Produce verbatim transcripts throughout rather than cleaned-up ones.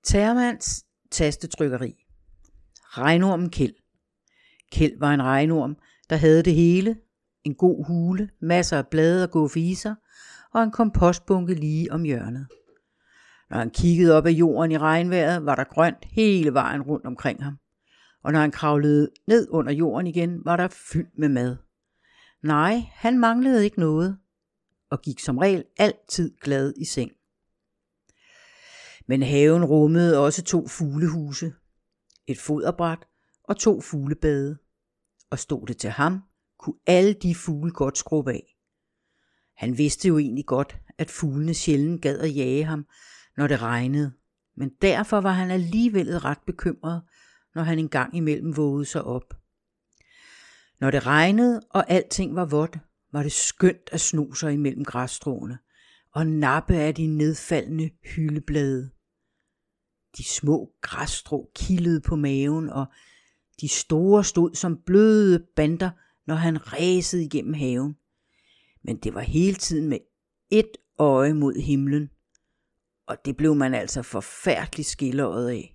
Termans tastetrykkeri. Regnormen Kjeld. Kjeld var en regnorm, der havde det hele. En god hule, masser af blade at gå for i sig, og en kompostbunke lige om hjørnet. Når han kiggede op af jorden i regnvejret, var der grønt hele vejen rundt omkring ham. Og når han kravlede ned under jorden igen, var der fyldt med mad. Nej, han manglede ikke noget, og gik som regel altid glad i seng. Men haven rummede også to fuglehuse, et foderbræt og to fuglebade. Og stod det til ham, kunne alle de fugle godt skrubbe af. Han vidste jo egentlig godt, at fuglene sjældent gad at jage ham, når det regnede. Men derfor var han alligevel ret bekymret, når han en gang imellem vågede sig op. Når det regnede, og alting var vådt, var det skønt at sno sig imellem græsstråene og nappe af de nedfaldende hyldeblade. De små græsstrå kildede på maven, og de store stod som bløde bander, når han ræsede igennem haven. Men det var hele tiden med et øje mod himlen, og det blev man altså forfærdeligt skilleret af.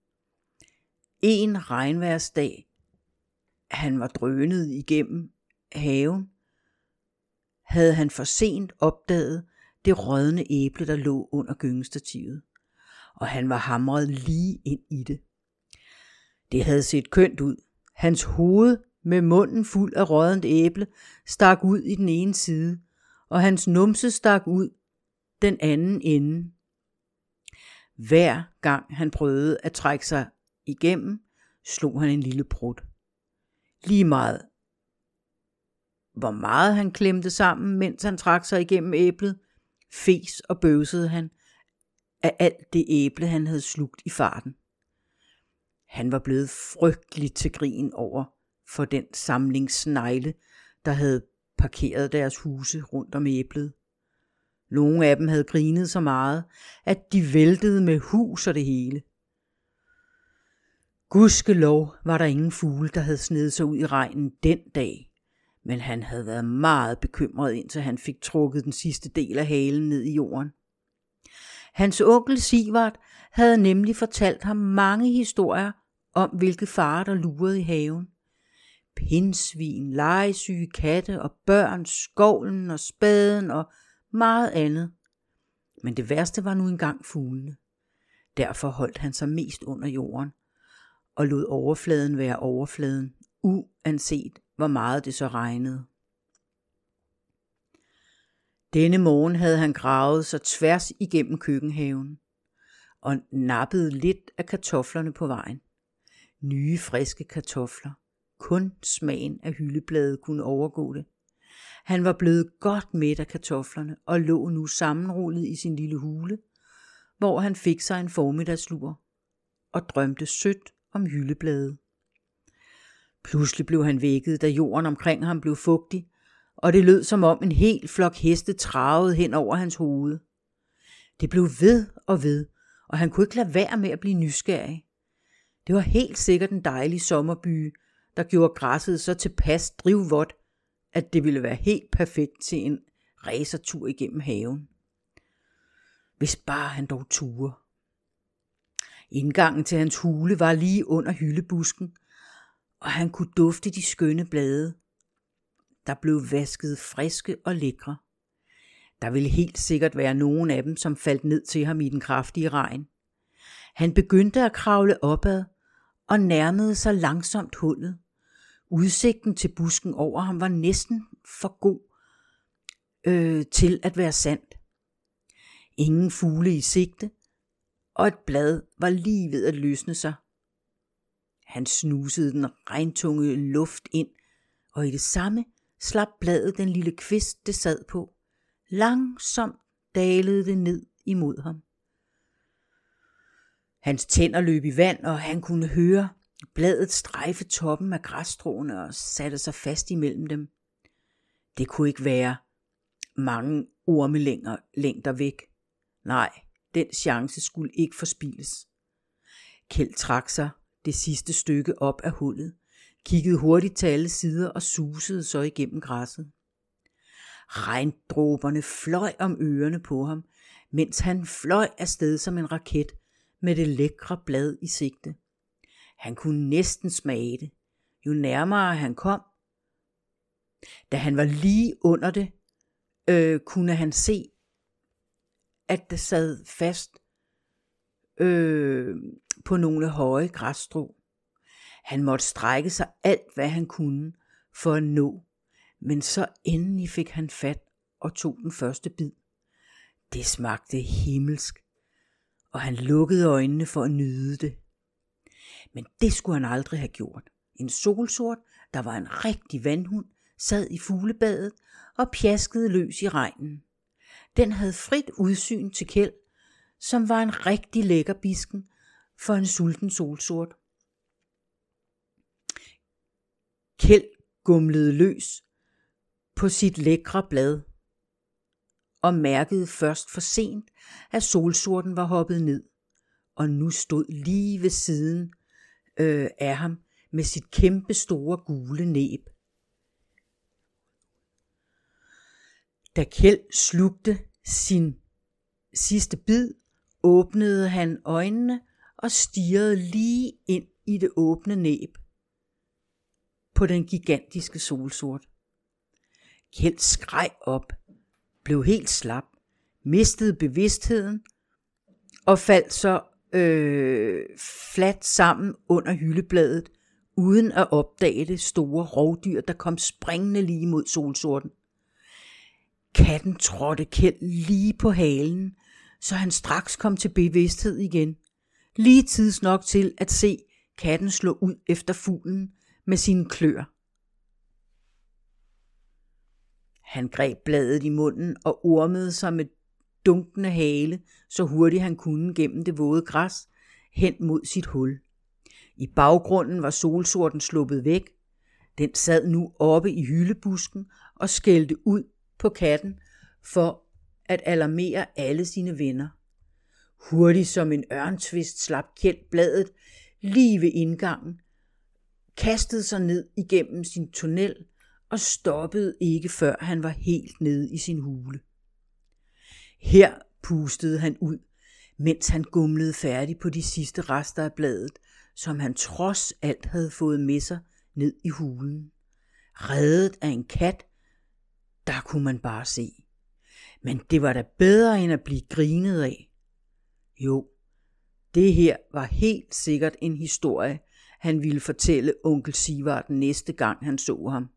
En regnværsdag, han var drønet igennem haven, havde han for sent opdaget det rådne æble, der lå under gyngestativet, og han var hamret lige ind i det. Det havde set kønt ud. Hans hoved med munden fuld af råddent æble stak ud i den ene side, og hans numse stak ud den anden ende. Hver gang han prøvede at trække sig igennem, slog han en lille prut. Lige meget hvor meget han klemte sammen, mens han trak sig igennem æblet, fes og bøvsede han af alt det æble, han havde slugt i farten. Han var blevet frygtelig til grin over for den samling snegle, der havde parkeret deres huse rundt om æblet. Nogle af dem havde grinet så meget, at de væltede med hus og det hele. Gudskelov var der ingen fugle, der havde snedet sig ud i regnen den dag, men han havde været meget bekymret, indtil han fik trukket den sidste del af halen ned i jorden. Hans onkel Sivart havde nemlig fortalt ham mange historier om, hvilke farer der lurede i haven. Pindsvin, legesyge katte og børn, skovlen og spaden og meget andet. Men det værste var nu engang fuglene. Derfor holdt han sig mest under jorden og lod overfladen være overfladen, uanset hvor meget det så regnede. Denne morgen havde han gravet sig tværs igennem køkkenhaven og nappede lidt af kartoflerne på vejen. Nye, friske kartofler. Kun smagen af hyldebladet kunne overgå det. Han var blevet godt mæt af kartoflerne og lå nu sammenrullet i sin lille hule, hvor han fik sig en formiddagslur og drømte sødt om hyldebladet. Pludselig blev han vækket, da jorden omkring ham blev fugtig, og det lød som om en hel flok heste travede hen over hans hoved. Det blev ved og ved, og han kunne ikke lade være med at blive nysgerrig. Det var helt sikkert en dejlig sommerby, der gjorde græsset så tilpas drivvådt, at det ville være helt perfekt til en racertur igennem haven. Hvis bare han dog turde. Indgangen til hans hule var lige under hyldebusken, og han kunne dufte de skønne blade, der blev vasket friske og lækre. Der ville helt sikkert være nogen af dem, som faldt ned til ham i den kraftige regn. Han begyndte at kravle opad og nærmede sig langsomt hullet. Udsigten til busken over ham var næsten for god øh, til at være sandt. Ingen fugle i sigte, og et blad var lige ved at løsne sig. Han snusede den regntunge luft ind, og i det samme slap bladet den lille kvist, det sad på. Langsomt dalede det ned imod ham. Hans tænder løb i vand, og han kunne høre bladet strejfe toppen af græsstråene og satte sig fast imellem dem. Det kunne ikke være mange ormelængder længder væk. Nej, den chance skulle ikke forspildes. Kjeld trak sig det sidste stykke op af hullet, kiggede hurtigt til alle sider og susede så igennem græsset. Regndråberne fløj om ørerne på ham, mens han fløj afsted som en raket med det lækre blad i sigte. Han kunne næsten smage det, jo nærmere han kom. Da han var lige under det, øh, kunne han se, at det sad fast øh, på nogle høje græsstrå. Han måtte strække sig alt, hvad han kunne for at nå, men så endelig fik han fat og tog den første bid. Det smagte himmelsk, og han lukkede øjnene for at nyde det. Men det skulle han aldrig have gjort. En solsort, der var en rigtig vandhund, sad i fuglebadet og pjaskede løs i regnen. Den havde frit udsyn til Kjeld, som var en rigtig lækker bisken for en sulten solsort. Kjeld gumlede løs på sit lækre blad og mærkede først for sent, at solsorten var hoppet ned, og nu stod lige ved siden øh, af ham med sit kæmpe store gule næb. Da Kjeld slugte sin sidste bid, åbnede han øjnene og stirrede lige ind i det åbne næb på den gigantiske solsort. Kjeld skreg op, blev helt slap, mistede bevidstheden og faldt så øh, fladt sammen under hyldebladet, uden at opdage det store rovdyr, der kom springende lige mod solsorten. Katten trådte Kjeld lige på halen, så han straks kom til bevidsthed igen. Lige tids nok til at se katten slå ud efter fuglen med sine klør. Han greb bladet i munden og ormede sig med dunkende hale, så hurtigt han kunne gennem det våde græs hen mod sit hul. I baggrunden var solsorten sluppet væk. Den sad nu oppe i hyldebusken og skældte ud på katten for at alarmere alle sine venner. Hurtigt som en ørntvist slap Kjeld bladet lige ved indgangen, kastede sig ned igennem sin tunnel og stoppede ikke, før han var helt nede i sin hule. Her pustede han ud, mens han gumlede færdig på de sidste rester af bladet, som han trods alt havde fået med sig ned i hulen. Reddet af en kat, der kunne man bare se. Men det var da bedre end at blive grinet af. Jo, det her var helt sikkert en historie, han ville fortælle onkel Sivart næste gang han så ham.